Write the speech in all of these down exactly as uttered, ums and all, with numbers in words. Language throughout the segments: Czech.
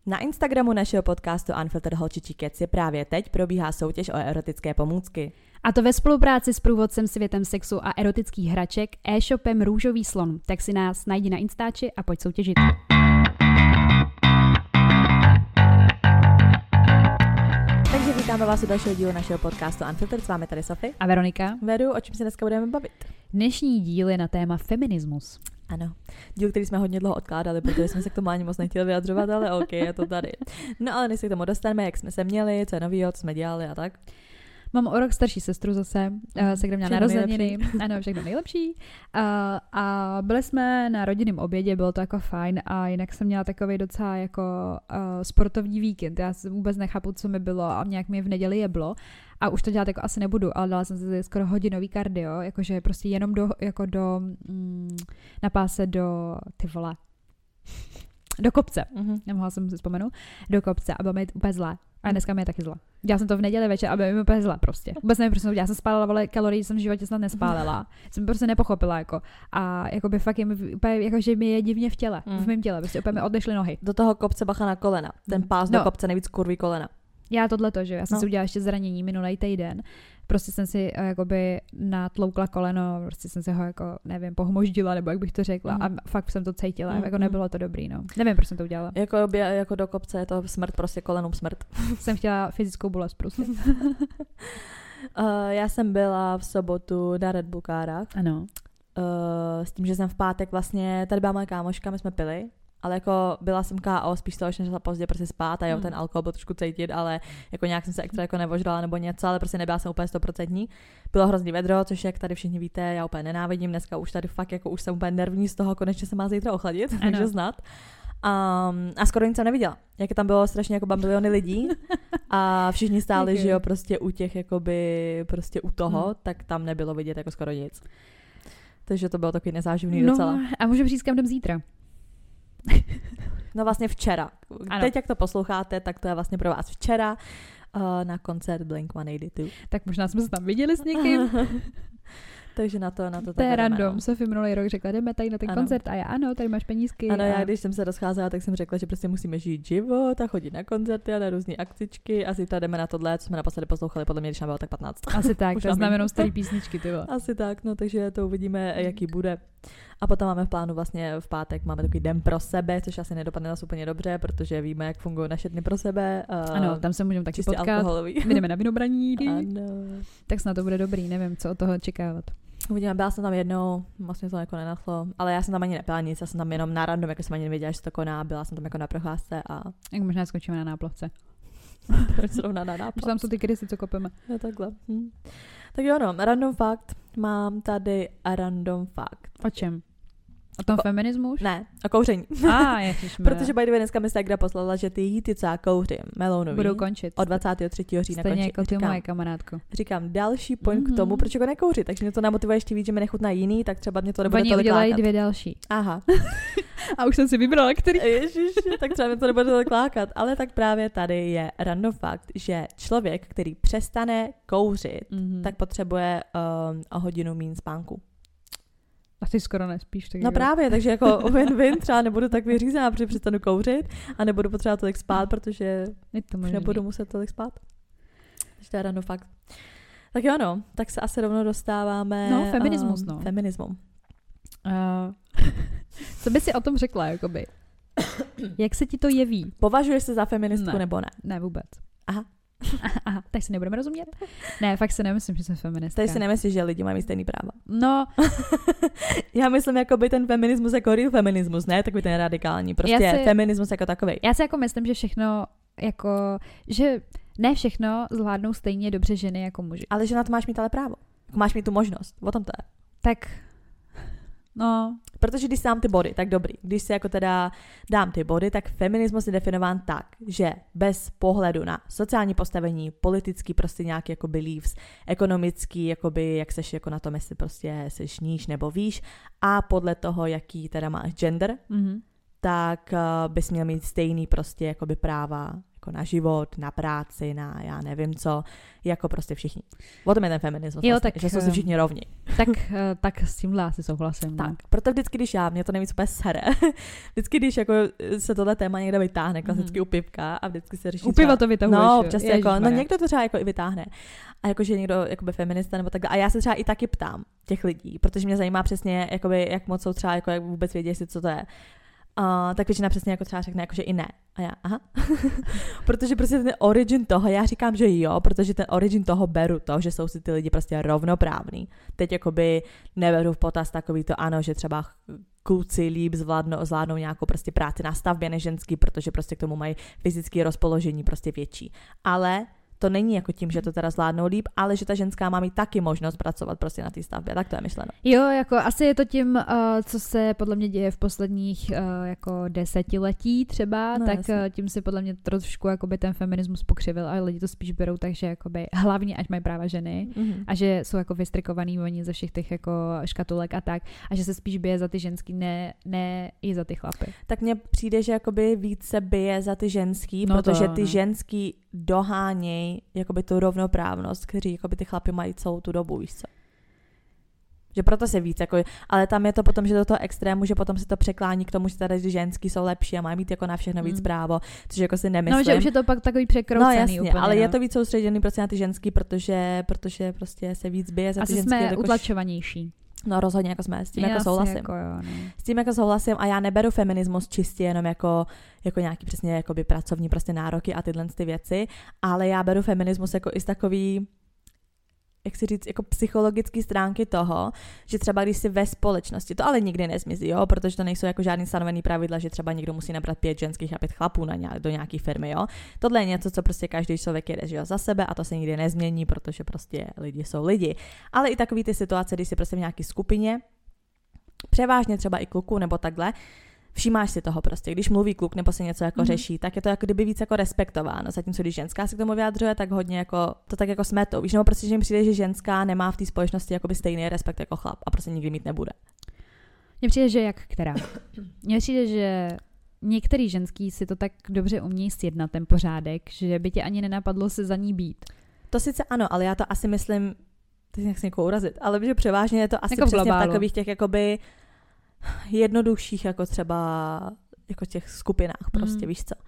Na Instagramu našeho podcastu Unfiltered Holčičí Keci právě teď probíhá soutěž o erotické pomůcky. A to ve spolupráci s průvodcem světem sexu a erotických hraček e-shopem Růžový slon. Tak si nás najdi na Instači a pojď soutěžit. Takže vítáme vás u dalšího dílu našeho podcastu Unfiltered. S vámi tady Sofie. A Veronika. Veru, o čem se dneska budeme bavit? Dnešní díl je na téma feminismus. Ano, díl, který jsme hodně dlouho odkládali, protože jsme se k tomu ani moc nechtěli vyjadřovat, ale ok, je to tady. No ale než se k tomu dostaneme, jak jsme se měli, co je novýho, co jsme dělali a tak. Mám o rok starší sestru zase, se kde měla narozeniny. Ano, všechno nejlepší. A, a byli jsme na rodinném obědě, bylo to jako fajn a jinak jsem měla takový docela jako uh, sportovní víkend. Já vůbec nechápu, co mi bylo a nějak mi v neděli jeblo. A už to dělat jako asi nebudu, ale dala jsem si skoro hodinový kardio, jakože prostě jenom do, jako do, mm, na páse do, ty vole, do kopce. Mm-hmm. Nemohla jsem si vzpomenout. Do kopce a bylo mi úplně zlé. A dneska mi je taky zlé. Dělala jsem to v neděli večer a bylo mi úplně zlé prostě. Vůbec nevím, proč jsem to dělala. Já jsem spálila, vole, kalorii jsem v životě snad nespálila. Jsem prostě nepochopila, jako. A jakoby fakt je mi úplně, jako, že mi je divně v těle, mm. v mém těle. Prostě úplně mi odešly nohy. Do toho kopce bacha na kolena. Ten pás no. do kopce nejvíc kurví kolena. Já tohleto, že já jsem no. si udělala ještě zranění minulý týden. Prostě jsem si uh, jakoby natloukla koleno, prostě jsem si ho jako, nevím, pohmoždila, nebo jak bych to řekla. Mm. A fakt jsem to cítila, mm. jako nebylo to dobrý, no. Nevím, proč jsem to udělala. Jako, jako do kopce je to smrt, prostě kolenům smrt. Jsem chtěla fyzickou bolest prostě. uh, já jsem byla v sobotu na Red Bull kárách. Ano. Uh, s tím, že jsem v pátek vlastně, tady byla moje kámoška, my jsme pili. Ale jako byla jsem ká ó, spíš toho, že šla pozdě prostě spát a jo, hmm. ten alkohol byl trošku cítit, ale jako nějak jsem se extra jako nevožrala nebo něco, ale prostě nebyla jsem úplně stoprocentní. Bylo hrozný vedro, což jak tady všichni víte, já úplně nenávidím, dneska už tady fakt jako už jsem úplně nervní z toho, konečně se má zítra ochladit, takže znát. Um, a skoro nic jsem neviděla, jak tam bylo strašně jako bambiliony lidí a všichni stáli, okay. že jo, prostě u těch jakoby, prostě u toho, hmm. tak tam nebylo vidět jako skoro nic. Takže to bylo takový nezáživný no, docela. A můžeme říct, kam jdem zítra. No vlastně včera. Ano. Teď, jak to posloucháte, tak to je vlastně pro vás včera uh, na koncert Blink sto osmdesát dva. Tak možná jsme se tam viděli s někým. Takže na to, na to to je random. No. Sofie minulý rok řekla, jdeme tady na ten ano. koncert a já ano, tady máš penízky. Ano, a... já když jsem se rozcházela, tak jsem řekla, že prostě musíme žít život a chodit na koncerty a na různé akcičky a zítra jdeme na tohle, co jsme naposledy poslouchali, podle mě, když nám bylo tak patnáct. Asi tak, to znamená starý písničky, ty vole. Asi tak, no takže to uvidíme, jaký bude. A potom máme v plánu vlastně v pátek, máme takový den pro sebe, což asi nedopadne nás úplně dobře, protože víme, jak fungují naše dny pro sebe. Uh, ano, tam se můžeme taky potkat. Alkoholový. My jdeme na vinobraní. Ano. Tak snad to bude dobrý, nevím, co od toho očekávat. Uvidíme, byla jsem tam jednou, vlastně to jako nenachlo, ale já jsem tam ani nepila nic, já jsem tam jenom na random, jako jsem ani nevěděla, že se to koná, byla jsem tam jako na procházce a... Jak možná skočíme na náplavce. Proč zrovna na náplavce? Tam jsou ty krysy, co kopeme. Jo, takhle. Hm. Tak jo, no, random fakt, mám tady random fakt. O čem? O tom o, feminismu už? Ne, o kouření. A, ježišmarja. Protože by the way dneska mi Segra poslala, že ty jíty, co já kouřím, melounový, budou končit. Od dvacátého třetího října stejně končí. jako ty moje kamarádko. Říkám, další point mm-hmm. k tomu, proč jako nekouřit. Takže mě to namotivuje ještě víc, že mi nechutná jiný, tak třeba mě to nebude tolik udělají lákat. dvě další. Aha. A už jsem si vybrala, který. Ježiš, tak třeba mě to nebude tolik lákat. Ale tak právě tady je random fakt, že člověk, který přestane kouřit, mm-hmm. tak potřebuje um, o hodinu míň spánku. A ty skoro nespíš. Tak no jo. Právě, takže jako win-win, třeba nebudu tak vyřízená, protože přestanu kouřit a nebudu potřebovat tolik spát, protože už nebudu muset tolik spát. Takže to je random fakt. Tak jo, no, tak se asi rovnou dostáváme... No, feminismus, um, no. Feminismu. Uh, co by si o tom řekla, jakoby? Jak se ti to jeví? Považuješ se za feministku ne. nebo ne? Ne, vůbec. Aha. Aha, tak si nebudeme rozumět? Ne, fakt si nemyslím, že jsem feministka. Tady si nemyslíš, že lidi mají stejný práva. No. Já myslím, jakoby ten feminismus jako real feminismus, ne takový ten radikální. Prostě si, feminismus jako takovej. Já si jako myslím, že všechno jako, že ne všechno zvládnou stejně dobře ženy jako muži. Ale že na to máš mít ale právo. Jako máš mít tu možnost. O tom to je. Tak, no. Protože když dám ty body, tak dobrý. Když si jako teda dám ty body, tak feminismus je definován tak, že bez pohledu na sociální postavení, politický prostě nějaký jako beliefs, ekonomický, jakoby, jak seš jako na tom, jestli prostě seš níž nebo výš a podle toho, jaký teda máš gender, mm-hmm. tak uh, bys měl mít stejný prostě jakoby práva jako na život, na práci, na já nevím co, jako prostě všichni. O tom je ten feminismus, jo, vlastně, tak, že jsou si všichni rovni. Tak, tak s tímhle asi souhlasím. Tak, no. proto vždycky, když já, mě to nejvíc úplně sere, vždycky, když jako se tohle téma někde vytáhne, klasicky mm. u pivka a vždycky se řeší u piva to vytahuješ, no, občas jako, no někdo to třeba jako i vytáhne. A jakože někdo jakoby feminista nebo takhle. A já se třeba i taky ptám těch lidí, protože mě zajímá přesně, jakoby, jak moc jsou třeba, jako, jak vůbec vědí, jestli co to je. Uh, tak většina přesně jako třeba řekne, jako, že i ne. A já, aha. Protože prostě ten origin toho, já říkám, že jo, protože ten origin toho beru to, že jsou si ty lidi prostě rovnoprávní. Teď jakoby neberu v potaz takový to, ano, že třeba kluci líp zvládnou, zvládnou nějakou prostě práci na stavbě než ženský, protože prostě k tomu mají fyzické rozpoložení prostě větší. Ale to není jako tím, že to teda zvládnou líp, ale že ta ženská má mít taky možnost pracovat prostě na té stavbě. Tak to je myšleno. Jo, jako asi je to tím, uh, co se podle mě děje v posledních uh, jako desetiletí třeba, no, tak uh, tím si podle mě trošku jakoby ten feminismus pokřivil a lidi to spíš berou, takže jakoby hlavně ať mají práva ženy mm-hmm. a že jsou jako vystrikovaný oni ze všech těch jako škatulek a tak a že se spíš bije za ty ženský, ne, ne i za ty chlapy. Tak mně přijde, že jakoby víc se bije za ty ženský, no protože to, ty no. ženský doháněj jakoby tu rovnoprávnost, kteří jakoby ty chlapy mají celou tu dobu, víš co. Že proto se víc, jako, ale tam je to potom, že do toho extrému, že potom se to překlání k tomu, že tady ženský jsou lepší a mají mít jako na všechno víc mm. právo, což jako si nemyslím. No, že už je to pak takový překroucený. No jasně, úplně, ale no. je to víc soustředěný prostě na ty ženský, protože, protože prostě se víc bije za ty Asi ženský. jsme jakož... utlačovanější. No rozhodně jako jsme, s tím jako Asi souhlasím. Jako jo, no. S tím jako souhlasím a já neberu feminismus čistě jenom jako, jako nějaký přesně jakoby pracovní prostě nároky a tyhle ty věci, ale já beru feminismus jako i z takový, jak si říct, jako psychologické stránky toho, že třeba když si ve společnosti, to ale nikdy nezmizí, jo, protože to nejsou jako žádný stanovený pravidla, že třeba někdo musí nabrat pět ženských a pět chlapů na nějak, do nějaký firmy, jo. Tohle je něco, co prostě každý člověk jede, že jo, za sebe a to se nikdy nezmění, protože prostě lidi jsou lidi. Ale i takový ty situace, když si prostě v nějaký skupině, převážně třeba i kluků nebo takhle, všímáš si toho prostě, když mluví kluk nebo se něco jako mm-hmm. řeší, tak je to jako kdyby víc jako respektováno. Zatímco když ženská se k tomu vyjadřuje, tak hodně jako to tak jako smetou. Víš, nebo prostě, že jim přijde, že ženská nemá v té společnosti jakoby stejný respekt jako chlap a prostě nikdy mít nebude. Mně přijde, že jak která. Mně přijde, že některý ženský si to tak dobře umějí sjednat ten pořádek, že by tě ani nenapadlo se za ní být. To sice ano, ale já to asi myslím, teď nechci někoho urazit, ale že převážně je to asi jako přesně v takových těch jakoby jednodušších jako třeba jako těch skupinách prostě, mm. víš co.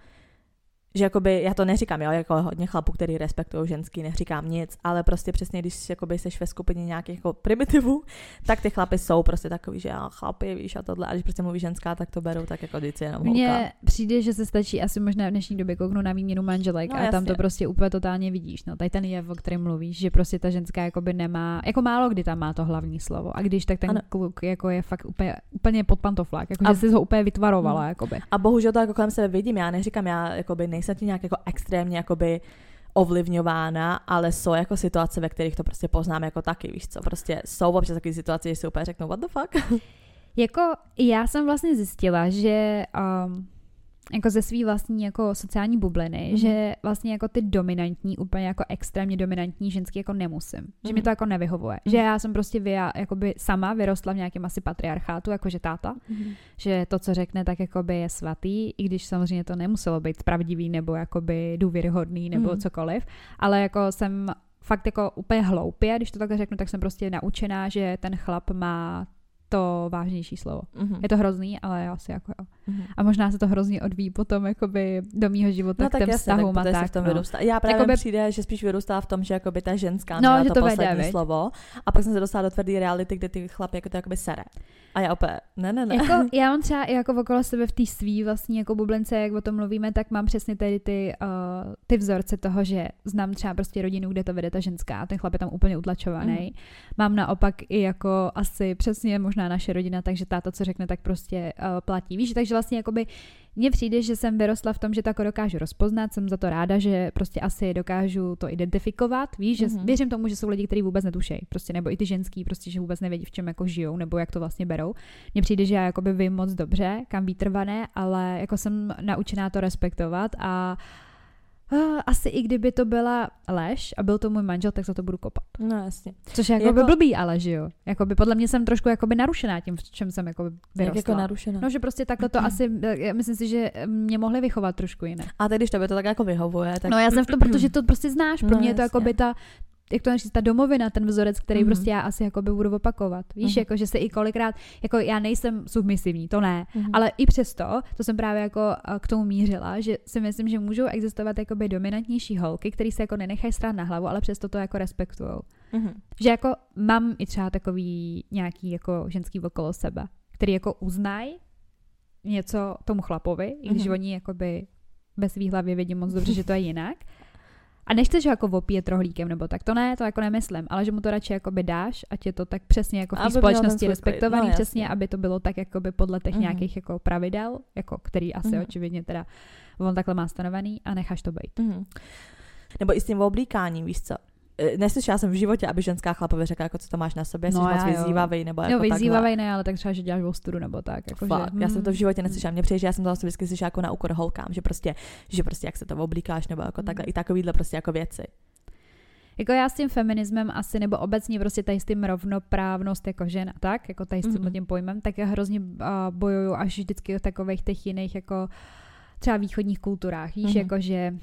Že jakoby, já to neříkám, jo, jako hodně chlapů, který respektují ženský, neříkám nic, ale prostě přesně, když jakoby seš ve skupině nějakých jako primitivů, tak ty chlapy jsou prostě takový, že já chlapy, víš, a tohle, a když prostě mluví ženská, tak to berou tak jako vždycky jenom holka. Mně přijde, že se stačí asi možná v dnešní době kouknout na výměnu manželek no, a jasně. tam to prostě úplně totálně vidíš, no, tady ten jev, o kterém mluvíš, že prostě ta ženská jakoby nemá, jako málo kdy tam má to hlavní slovo a když tak ten ano. kluk jako je fakt úplně, úplně pod pantoflák, jako a... že jsi ho úplně vytvarovala, hmm. jakoby. A bohužel to jako kolem sebe vidím, já neříkám, já jakoby nejsem ti nějak jako extrémně jakoby ovlivňována, ale jsou jako situace, ve kterých to prostě poznám jako taky, víš co, prostě jsou občas takové situace, že si úplně řeknou what the fuck. Jako já jsem vlastně zjistila, že um, jako ze svý vlastní jako sociální bubliny, mm. že vlastně jako ty dominantní, úplně jako extrémně dominantní ženský jako nemusím. Mm. Že mi to jako nevyhovuje. Mm. Že já jsem prostě vy, jakoby sama vyrostla v nějakém asi patriarchátu, jakože táta. Mm. Že to, co řekne, tak jakoby je svatý, i když samozřejmě to nemuselo být pravdivý nebo jakoby důvěryhodný nebo mm. cokoliv. Ale jako jsem fakt jako úplně hloupě, když to takhle řeknu, tak jsem prostě naučená, že ten chlap má to vážnější slovo. Mm-hmm. Je to hrozný, ale asi jako jo. Mm-hmm. A možná se to hrozně odvíjí potom jakoby do mýho života no, k těm vztahům a tak. V tom no. Já právě jakoby... přijde, že spíš vyrůstá v tom, že jakoby ta ženská no, měla že to, to poslední vede, slovo a pak jsem se dostala do tvrdé reality, kde ty chlapy jako to jakoby sere. A já opět, ne, ne, ne. Jako, já mám třeba jako okolo sebe v té svý vlastní jako bublince, jak o tom mluvíme, tak mám přesně tady ty, uh, ty vzorce toho, že znám třeba prostě rodinu, kde to vede ta ženská a ten chlap je tam úplně utlačovaný. Mm. Mám naopak i jako asi přesně možná naše rodina, takže táta, co řekne, tak prostě uh, platí. Víš, takže vlastně jakoby mně přijde, že jsem vyrostla v tom, že to jako dokážu rozpoznat, jsem za to ráda, že prostě asi dokážu to identifikovat, víš, že mm-hmm. věřím tomu, že jsou lidi, kteří vůbec netušejí, prostě nebo i ty ženský, prostě že vůbec nevědí, v čem jako žijou, nebo jak to vlastně berou. Mně přijde, že já jakoby vím moc dobře, kam být trvané, ale jako jsem naučená to respektovat a Uh, asi i kdyby to byla lež a byl to můj manžel, tak za to budu kopat. No jasně. Což je jako, jako... blbý, ale že jo. Jakoby podle mě jsem trošku jakoby narušená tím, v čem jsem jako vyrostla. Jak jako narušená? No, že prostě takhle to asi, myslím si, že mě mohli vychovat trošku jinak. A teď, když tebe to tak jako vyhovuje, tak... No já jsem v tom, protože to prostě znáš. Pro no, mě je to jasně. jakoby ta, jak to říct, ta domovina, ten vzorec, který mm-hmm. prostě já asi jakoby budu opakovat. Víš, mm-hmm. jako že se i kolikrát, jako já nejsem submisivní, to ne, mm-hmm. ale i přesto, to jsem právě jako k tomu mířila, že si myslím, že můžou existovat jakoby dominantnější holky, který se jako nenechají strát na hlavu, ale přesto to jako respektujou. Mm-hmm. Že jako mám i třeba takový nějaký jako ženský okolo sebe, který jako uznají něco tomu chlapovi, mm-hmm. i když oni jakoby ve svý hlavě vědí moc dobře, že to je jinak. A nechceš ho jako opíjet rohlíkem nebo tak, to ne, to jako nemyslím, ale že mu to radši jakoby dáš, ať je to tak přesně jako v té společnosti respektovaný, no, přesně, aby to bylo tak jakoby podle těch mm-hmm. nějakých jako pravidel, jako který asi mm-hmm. očividně teda on takhle má stanovený a necháš to být. Mm-hmm. Nebo i s tím oblíkáním, víš co? Neslyšela jsem v životě, aby ženská chlapovi řekla, jako co to máš na sobě, jsi no, moc vyzývavej, nebo jako no, vyzývavej ne, ale tak třeba, že děláš ostudu, nebo tak. Jako Fakt, že, já jsem to v životě neslyšela. Mně přijde, že já jsem to vlastně vždycky slyšela jako na úkor holkám, že prostě, že prostě jak se to oblíkáš, nebo jako takhle, i takovýhle prostě jako věci. Jako já s tím feminismem asi, nebo obecně prostě tady s tím rovnoprávnost jako žen a tak, jako tady s tím mm-hmm. pojmem, tak já hrozně uh, bojuju až vždycky o takových těch jiných jako třeba východních kulturách, víš, mm-hmm. jako že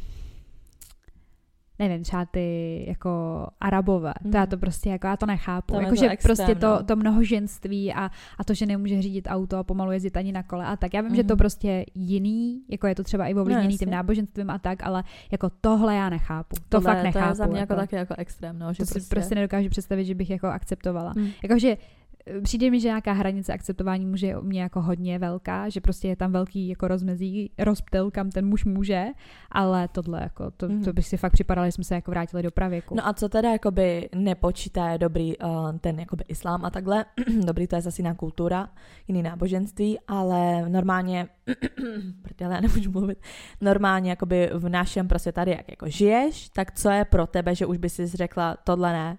nevím, třeba ty jako Arabové, mm. to já to prostě jako, já to nechápu, jakože prostě to, no. to mnohoženství a, a to, že nemůže řídit auto a pomalu jezdit ani na kole a tak, já vím, mm. že to prostě je jiný, jako je to třeba i ovlivněný no, tím náboženstvím a tak, ale jako tohle já nechápu, to tohle, fakt nechápu. To je za mě jako, jako taky jako extrém, no, že to prostě... si prostě nedokážu představit, že bych jako akceptovala. Mm. Jakože přijde mi, že nějaká hranice akceptování muže je u mě jako hodně velká, že prostě je tam velký jako rozmezí, rozptyl, kam ten muž může, ale tohle jako, to, mm. to by si fakt připadalo, že jsme se jako vrátili do pravěku. No a co teda jakoby nepočítá je dobrý uh, ten jakoby islám a takhle, dobrý to je zase jiná kultura, jiný náboženství, ale normálně, prdele, já nemůžu mluvit, normálně jakoby v našem prostě tady jak jako žiješ, tak co je pro tebe, že už by si řekla tohle ne?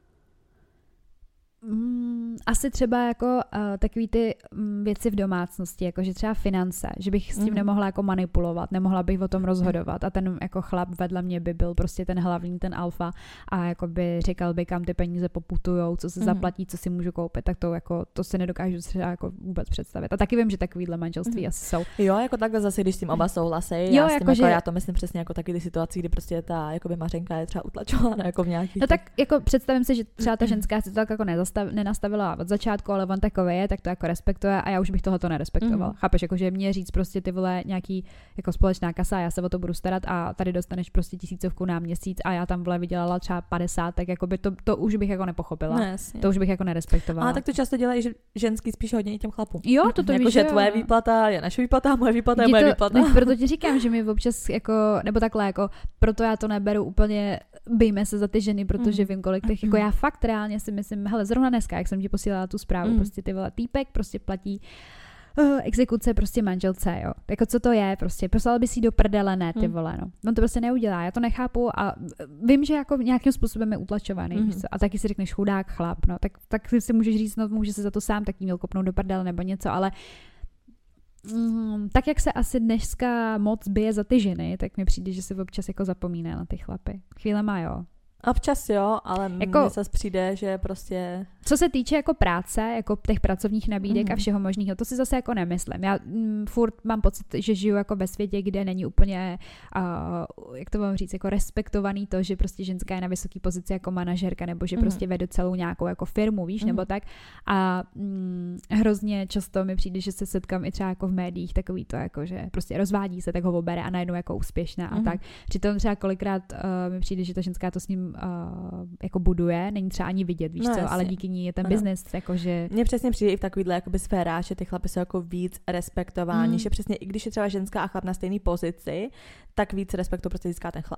Mm, asi třeba jako uh, takový ty um, věci v domácnosti, jako že třeba finance, že bych s tím mm. nemohla jako manipulovat, nemohla bych o tom rozhodovat a ten jako chlap vedle mě by byl prostě ten hlavní, ten alfa a jako by říkal by, kam ty peníze poputujou, co se mm. zaplatí, co si můžu koupit, tak to jako, to si nedokážu třeba jako vůbec představit. A taky vím, že takovýhle manželství mm. asi jsou. Jo, jako takhle zase, když s tím oba souhlasí, jo, já, jako, jako, že... já to myslím přesně jako taky ty situace, kdy prostě ta jakoby Mařenka je třeba utlačována jako v nějakých... No tak jako představím si, že třeba ta ženská si to tak jako nezastav, nenastavila od začátku, ale on takový je, tak to jako respektuje a já už bych tohleto nerespektovala. Mm. Chápeš, jakože mě říct prostě ty vole nějaký jako společná kasa, já se o to budu starat a tady dostaneš prostě tisícovku na měsíc a já tam vole vydělala třeba padesát, tak jako by to, to už bych jako nepochopila. No, to už bych jako nerespektovala. A tak to často dělají, že ženský spíš hodně i těm chlapům. Jo, to to jako, že tvoje výplata je naše výplata, moje výplata je moje to, výplata. Ne, proto ti říkám, že mi občas jako, nebo takhle jako, proto já to neberu úplně, bejme se za ty ženy, protože mm. vím, kolik těch, jako já fakt reálně si myslím, hele, zrovna dneska, jak jsem ti posílala tu zprávu, mm. prostě ty vole týpek, prostě platí uh, exekuce prostě manželce, jo. Jako co to je, prostě poslal by si do prdele, ne, ty mm. vole, no. On to prostě neudělá, já to nechápu a vím, že jako nějakým způsobem je utlačovaný, mm. víš co? A taky si řekneš chudák chlap, no, tak, tak si můžeš říct, no, může se za to sám taky měl kopnout do prdele nebo něco, ale Mm, tak jak se asi dneska moc bije za ty ženy, tak mi přijde, že se občas jako zapomíná na ty chlapy. Chvíle má jo. Občas jo, ale jako, mně zase přijde, že prostě... Co se týče jako práce, jako těch pracovních nabídek mm. a všeho možného, to si zase jako nemyslím. Já mm, furt mám pocit, že žiju jako ve světě, kde není úplně, uh, jak to mám říct, jako respektovaný to, že prostě ženská je na vysoké pozici jako manažerka, nebo že mm. prostě vede celou nějakou jako firmu, víš, mm. nebo tak. A mm, hrozně často mi přijde, že se setkám i třeba jako v médiích takový to, jako že prostě rozvádí se, tak ho obere a najednou jako úspěšná mm. a tak. Přitom třeba kolikrát uh, mi přijde, že ta ženská to s ním Uh, jako buduje, není třeba ani vidět, víš no, co, jasně. Ale díky ní je ten biznes, jakože... Mně přesně přijde i v takovýhle jakoby sférách, že ty chlapy jsou jako víc respektováni, mm. že přesně i když je třeba ženská a chlap na stejné pozici, tak víc respektu prostě získá ten chlap.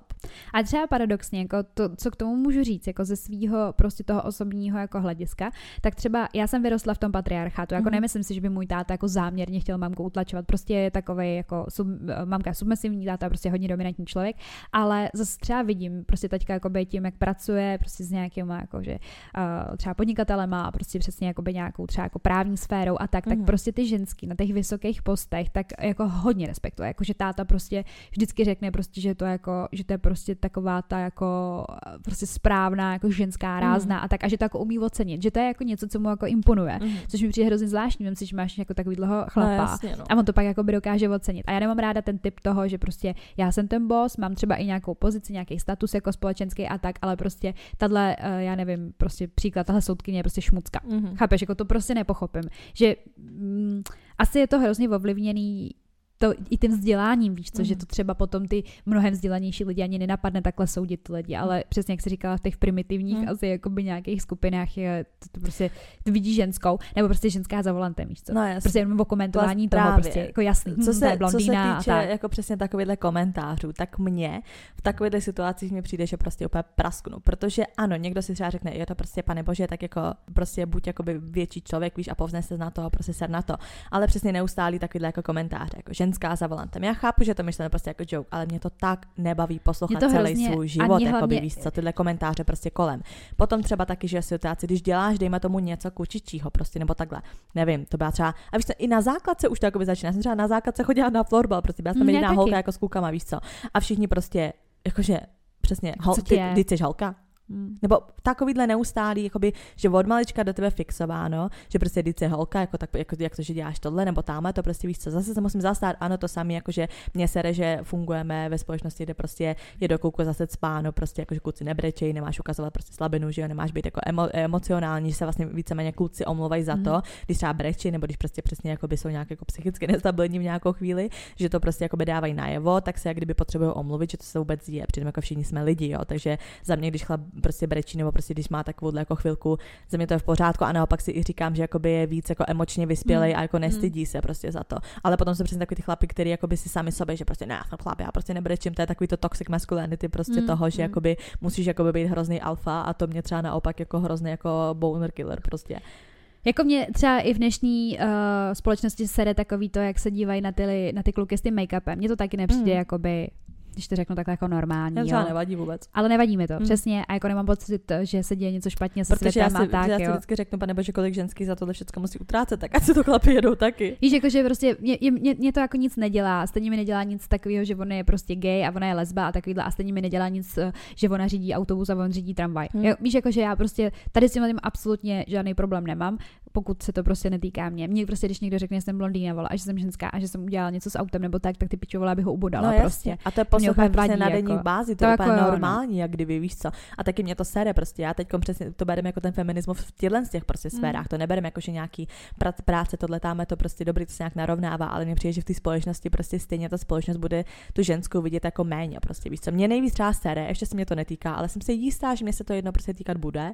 A třeba paradoxně, jako to, co k tomu můžu říct, jako ze svého prostě toho osobního jako hlediska, tak třeba já jsem vyrostla v tom patriarchátu, jako mm. nemyslím si, že by můj táta jako záměrně chtěl mamku utlačovat, prostě je takovej jako sub, mamka submisivní, táta prostě hodně dominantní člověk, ale zase třeba vidím prostě teďka jakoby tím, jak pracuje prostě s nějakýma jakože uh, třeba podnikatelema a prostě přesně jakoby nějakou třeba jako právní sférou a tak, mm. tak prostě ty ženský na těch vysokých postech tak jako hodně respektuje, jakože táta prostě vždycky řekne prostě, že to jako, že to je prostě taková ta jako prostě správná jako ženská rázná mm. a tak a že to jako umí ocenit, že to je jako něco, co mu jako imponuje, mm. což mi přijde hrozně zvláštní, vem si, že máš jako takový dlouho chlapa no, jasně, no. a on to pak jako by dokáže ocenit. A já nemám ráda ten typ toho, že prostě já jsem ten boss, mám třeba i nějakou pozici, nějaký status jako společenský a tak, ale prostě tahle, já nevím, prostě příklad, tahle soudkyně je prostě šmucka. Mm. Chápeš, jako to prostě nepochopím, že mm, asi je to hrozně ovlivněný to i tím vzděláním, víš co, mm. že to třeba potom ty mnohem vzdělanější lidi ani nenapadne takhle soudit ty lidi, ale přesně jak jsi říkala v těch primitivních mm. asi jakoby nějakých skupinách je to, to prostě, to vidíš ženskou, nebo prostě ženská za volantem, víš co. No, prostě jenom o komentování Vlast, toho prostě jako jasný, co se, hm, co se týče jako přesně takovýhle komentářů, tak mně v takovýchhle situacích mi přijde, že prostě úplně prasknu, protože ano, někdo si třeba řekne, je to prostě pane bože, tak jako prostě buď jakoby větší člověk, víš, a povzne se na to, prostě ser na to, ale přesně neustálý takovýhle jako komentáře, jako ženská za volantem. Já chápu, že to myšleno prostě jako joke, ale mě to tak nebaví poslouchat celý hrozně, svůj život, jako by víš co, tyhle komentáře prostě kolem. Potom třeba taky, že situace, když děláš, dejme tomu něco kučičího prostě, nebo takhle. Nevím, to byla třeba, a víš co, i na základce už to jako by začíná. Já jsem třeba na základce chodila na florbal, prostě byla jsem jediná holka jako s klukama, víš co. A všichni prostě, jakože přesně, hol, ty, ty jsi holka. Hmm. Nebo takovýhle neustálý, jakoby, že od malička do tebe fixováno, že prostě když je holka, jako, tak, jako, jak to, že děláš tohle, nebo tamhle, to prostě víš co, zase se musím zastát, ano, to samé, jakože mě sere, že fungujeme ve společnosti, kde prostě je do kouku zase spáno, prostě jakože kluci nebrečej, nemáš ukazovat prostě slabinu, že jo, nemáš být jako emo, emocionální, že se vlastně víceméně kluci omlouvají za to, hmm. když třeba brečí, nebo když prostě přesně jakoby jsou nějak jako psychicky nestabilní v nějakou chvíli, že to prostě jakoby dávají najevo, tak se jak kdyby potřebují omluvit, že to se vůbec je, přitom jako všichni jsme lidi, jo, takže za mě, když chlap prostě brečí, nebo prostě když má takovouhle jako chvilku, za mě to je v pořádku a naopak si i říkám, že jakoby je víc jako emočně vyspělej mm. a jako nestydí mm. se prostě za to. Ale potom jsou přesně takový ty chlapi, který jakoby si sami sobě, že prostě ne, já jsem chlap, já prostě nebrečím, to je takový to toxic masculinity prostě mm. toho, že mm. jakoby musíš jakoby být hrozný alfa a to mě třeba naopak jako hrozný jako boner killer prostě. Jako mě třeba i v dnešní uh, společnosti sere takový to, jak se dívají na ty, na ty kluky s tím make-upem. Mně to taky nepřijde mm. jakoby když to řeknu takhle jako normální. To třeba nevadí vůbec. Ale nevadí mi to, hmm. přesně. A jako nemám pocit, že se děje něco špatně se protože světem já si, a tak, já si jo. vždycky řeknu, pane bože, kolik ženský za tohle všechno musí utrácet, tak ať se to chlapi jedou taky. Víš, jakože prostě mě, mě, mě, to jako nic nedělá. Stejně mi nedělá nic takového, že ona je prostě gay a ona je lesba a takovýhle. A stejně mi nedělá nic, že ona řídí autobus a on řídí tramvaj. Hmm. Jo, víš, jakože já prostě tady s tím absolutně žádný problém nemám, pokud se to prostě netýká mě. Mně prostě, když někdo řekne, že jsem blondýna, vola, a že jsem ženská a že jsem udělala něco s autem nebo tak, tak ty pičovala, bych ho ubodala no, prostě. A to je poslouchat prostě na denní jako, bázi, to, to je úplně jako normální, jak kdyby, víš co. A taky mě to sere prostě. Já teď přesně to bereme jako ten feminismus v těchto z těch prostě sférách. Mm. To nebereme jako, že nějaký práce, tohle tam je to prostě dobrý, to se nějak narovnává, ale mně přijde, že v té společnosti prostě stejně ta společnost bude tu ženskou vidět jako méně, prostě víš co. Mě nejvíc třeba sere, ještě se mě to netýká, ale jsem si jistá, že mě se to jedno prostě týkat bude.